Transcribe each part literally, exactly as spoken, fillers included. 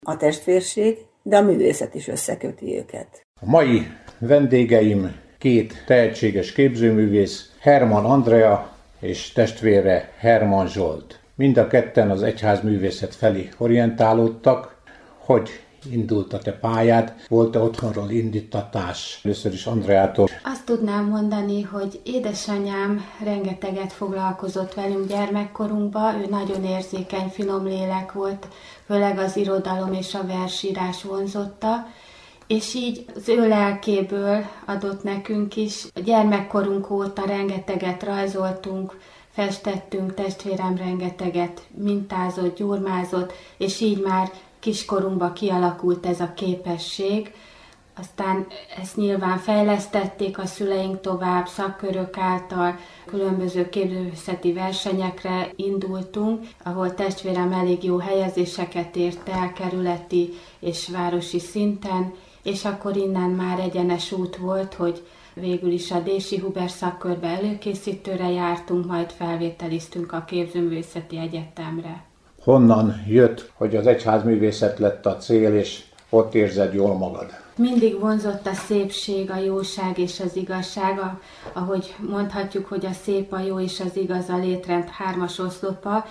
A testvérség, de a művészet is összeköti őket. A mai vendégeim két tehetséges képzőművész, Herman Andrea és testvére Herman Zsolt. Mind a ketten az egyházművészet felé orientálódtak. Hogy indult a te pályád? Volt-e otthonról indítatás? Először is Andreától. Azt tudnám mondani, hogy édesanyám rengeteget foglalkozott velünk gyermekkorunkban, ő nagyon érzékeny, finom lélek volt, főleg az irodalom és a versírás vonzotta, és így az ő lelkéből adott nekünk is. A gyermekkorunk óta rengeteget rajzoltunk, festettünk, testvérem rengeteget mintázott, gyurmázott, és így már kiskorunkban kialakult ez a képesség. Aztán ezt nyilván fejlesztették a szüleink tovább, szakkörök által, különböző képzőművészeti versenyekre indultunk, ahol testvérem elég jó helyezéseket ért el kerületi és városi szinten, és akkor innen már egyenes út volt, hogy végül is a Dési Huber szakkörbe előkészítőre jártunk, majd felvételiztünk a Képzőművészeti Egyetemre. Honnan jött, hogy az egyházművészet lett a cél, és ott érzed jól magad? Mindig vonzott a szépség, a jóság és az igazság, ahogy mondhatjuk, hogy a szép, a jó és az igaz a létrend hármas oszlopa.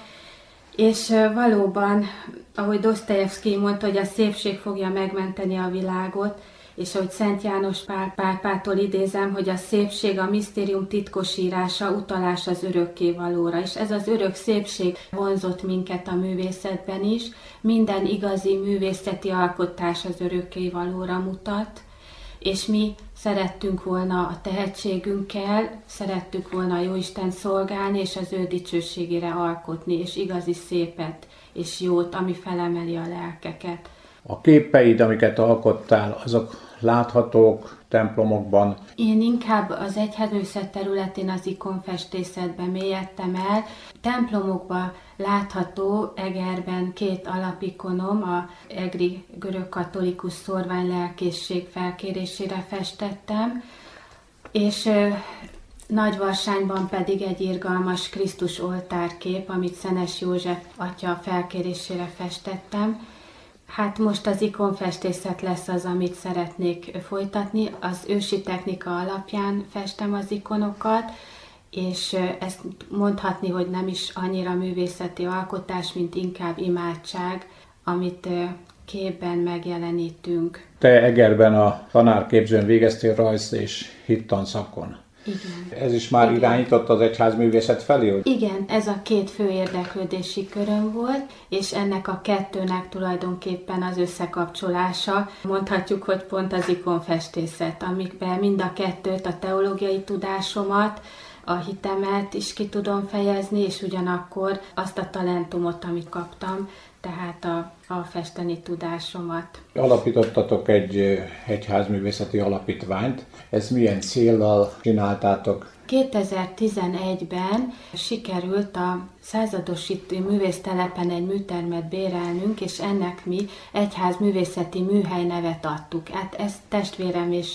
És valóban, ahogy Dosztojevszkij mondta, hogy a szépség fogja megmenteni a világot, és ahogy Szent János Pál pápától idézem, hogy a szépség a misztérium titkosírása, utalás az örökkévalóra. És ez az örök szépség vonzott minket a művészetben is. Minden igazi művészeti alkotás az örökkévalóra mutat, és mi szerettünk volna a tehetségünkkel, szerettük volna a Jóisten szolgálni, és az ő dicsőségére alkotni, és igazi szépet és jót, ami felemeli a lelkeket. A képeid, amiket alkottál, azok láthatók templomokban? Én inkább az egyházművészet területén az ikonfestészetben mélyedtem el. Templomokban látható Egerben két alapikonom, a egri görögkatolikus szórványlelkészség felkérésére festettem, és ö, Nagyvarsányban pedig egy irgalmas Krisztus oltárkép, amit Szenes József atya felkérésére festettem. Hát most az ikonfestészet lesz az, amit szeretnék folytatni. Az ősi technika alapján festem az ikonokat, és ezt mondhatni, hogy nem is annyira művészeti alkotás, mint inkább imádság, amit képben megjelenítünk. Te Egerben a tanárképzőn végeztél rajz és hittanszakon. Igen. Ez is már Igen. irányított az egyházművészet felé? Hogy... Igen, ez a két fő érdeklődési köröm volt, és ennek a kettőnek tulajdonképpen az összekapcsolása, mondhatjuk, hogy pont az ikonfestészet, amikben mind a kettőt, a teológiai tudásomat, a hitemet is ki tudom fejezni, és ugyanakkor azt a talentumot, amit kaptam, tehát a, a festeni tudásomat. Alapítottatok egy egyházművészeti alapítványt. Ez milyen céllal csináltátok? kétezer-tizenegyben sikerült a századosító művésztelepen egy műtermet bérelnünk, és ennek mi egyházművészeti műhely nevet adtuk. Hát ezt testvérem és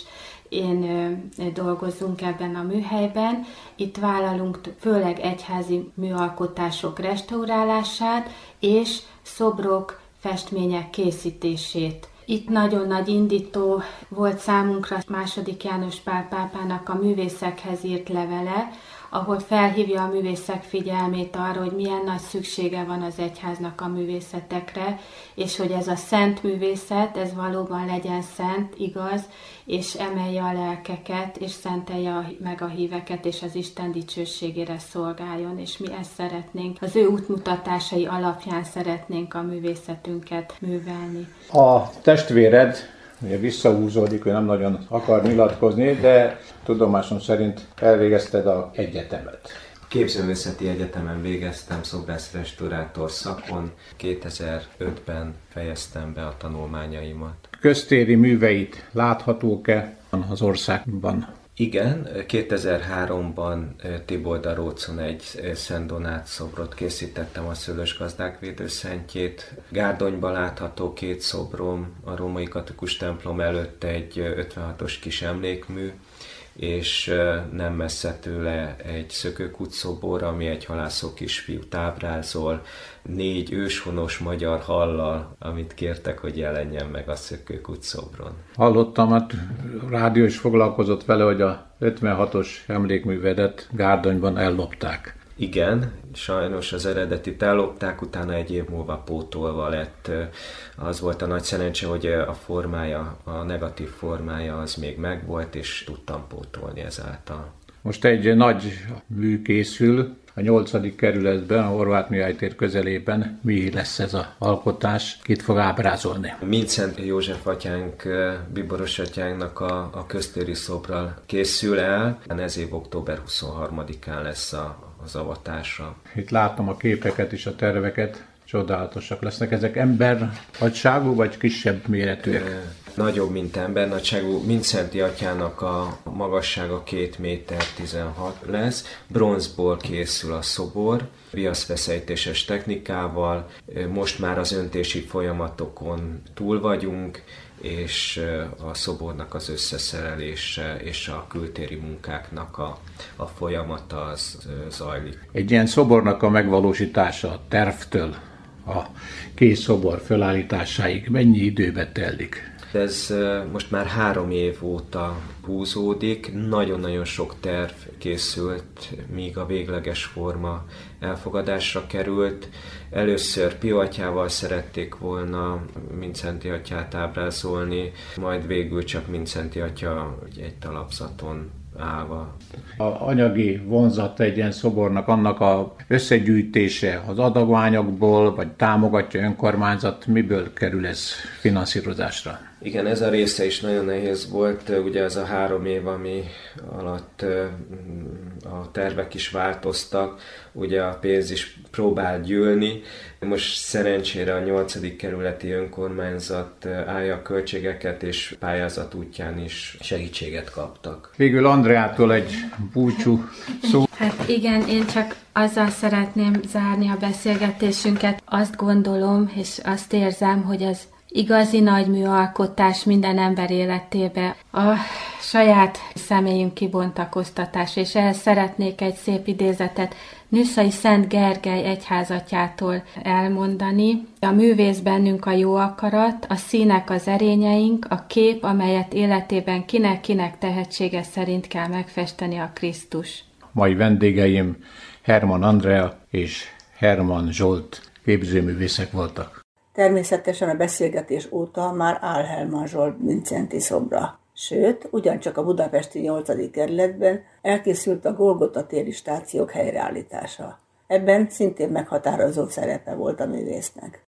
én dolgozunk ebben a műhelyben. Itt vállalunk főleg egyházi műalkotások restaurálását és szobrok, festmények készítését. Itt nagyon nagy indító volt számunkra második János Pál pápának a művészekhez írt levele, ahol felhívja a művészek figyelmét arra, hogy milyen nagy szüksége van az egyháznak a művészetekre, és hogy ez a szent művészet, ez valóban legyen szent, igaz, és emelje a lelkeket, és szentelje meg a híveket, és az Isten dicsőségére szolgáljon, és mi ezt szeretnénk. Az ő útmutatásai alapján szeretnénk a művészetünket művelni. A testvéred ugye visszahúzódik, ő nem nagyon akar nyilatkozni, de tudomásom szerint elvégezted az egyetemet. A Képzőművészeti Egyetemen végeztem szobrászrestaurátor szakon, kétezer-ötben fejeztem be a tanulmányaimat. Köztéri műveit láthatók-e az országban? Igen, kétezer-háromban Tiboldarócon egy Szent Donát szobrot készítettem, a Szőlős Gazdák Védőszentjét. Gárdonyban látható két szobrom, a római katolikus templom előtt egy ötvenhatos kis emlékmű, és nem messze tőle egy szökőkutszobor, ami egy halászó kisfiút ábrázol, négy őshonos magyar hallal, amit kértek, hogy jelenjen meg a szökőkutszobron. Hallottam, hát rádió is foglalkozott vele, hogy a ötvenhatos emlékművedet Gárdonyban ellopták. Igen, sajnos az eredetit ellopták, utána egy év múlva pótolva lett. Az volt a nagy szerencse, hogy a formája, a negatív formája az még megvolt, és tudtam pótolni ezáltal. Most egy nagy mű készül a nyolcadik kerületben, a Horváth Mihály tér közelében. Mi lesz ez az alkotás? Kit fog ábrázolni? Mindszenty József atyánk, Bíboros atyánknak a, a köztéri szobra készül el. Ez év október huszonharmadikán lesz a, az avatása. Itt látom a képeket és a terveket. Csodálatosak lesznek. Ezek ember nagyságú vagy kisebb méretűek? Nagyobb, mint ember nagyságú. Mindszenty atyának a magassága két méter tizenhat lesz. Bronzból készül a szobor, viaszfeszejtéses technikával. Most már az öntési folyamatokon túl vagyunk, és a szobornak az összeszerelése és a kültéri munkáknak a, a folyamata az zajlik. Egy ilyen szobornak a megvalósítása a tervtől a kész szobor felállításáig mennyi időbe telik? Ez most már három év óta húzódik, nagyon-nagyon sok terv készült, míg a végleges forma elfogadásra került. Először Pio atyával szerették volna Mindszenty atyát ábrázolni, majd végül csak Mindszenty atya egy talapzaton állva. A anyagi vonzat egy ilyen szobornak, annak a összegyűjtése az adagványokból, vagy támogatja önkormányzat, miből kerül ez finanszírozásra? Igen, ez a része is nagyon nehéz volt, ugye ez a három év, ami alatt a tervek is változtak, ugye a pénz is próbál gyűlni. Most szerencsére a nyolcadik kerületi önkormányzat állja a költségeket, és pályázat útján is segítséget kaptak. Végül Andreától egy búcsú szó. Hát igen, én csak azzal szeretném zárni a beszélgetésünket. Azt gondolom, és azt érzem, hogy az igazi nagyműalkotás minden ember életébe a saját személyünk kibontakoztatása, és ehhez szeretnék egy szép idézetet Nüsszai Szent Gergely egyházatyától elmondani. A művész bennünk a jó akarat, a színek az erényeink, a kép, amelyet életében kinek-kinek tehetsége szerint kell megfesteni a Krisztus. Mai vendégeim Herman Andrea és Herman Zsolt képzőművészek voltak. Természetesen a beszélgetés óta már áll Herman Zsolt Mindszenty szobra. Sőt, ugyancsak a budapesti nyolcadik kerületben elkészült a Golgota téri stációk helyreállítása. Ebben szintén meghatározó szerepe volt a művésznek.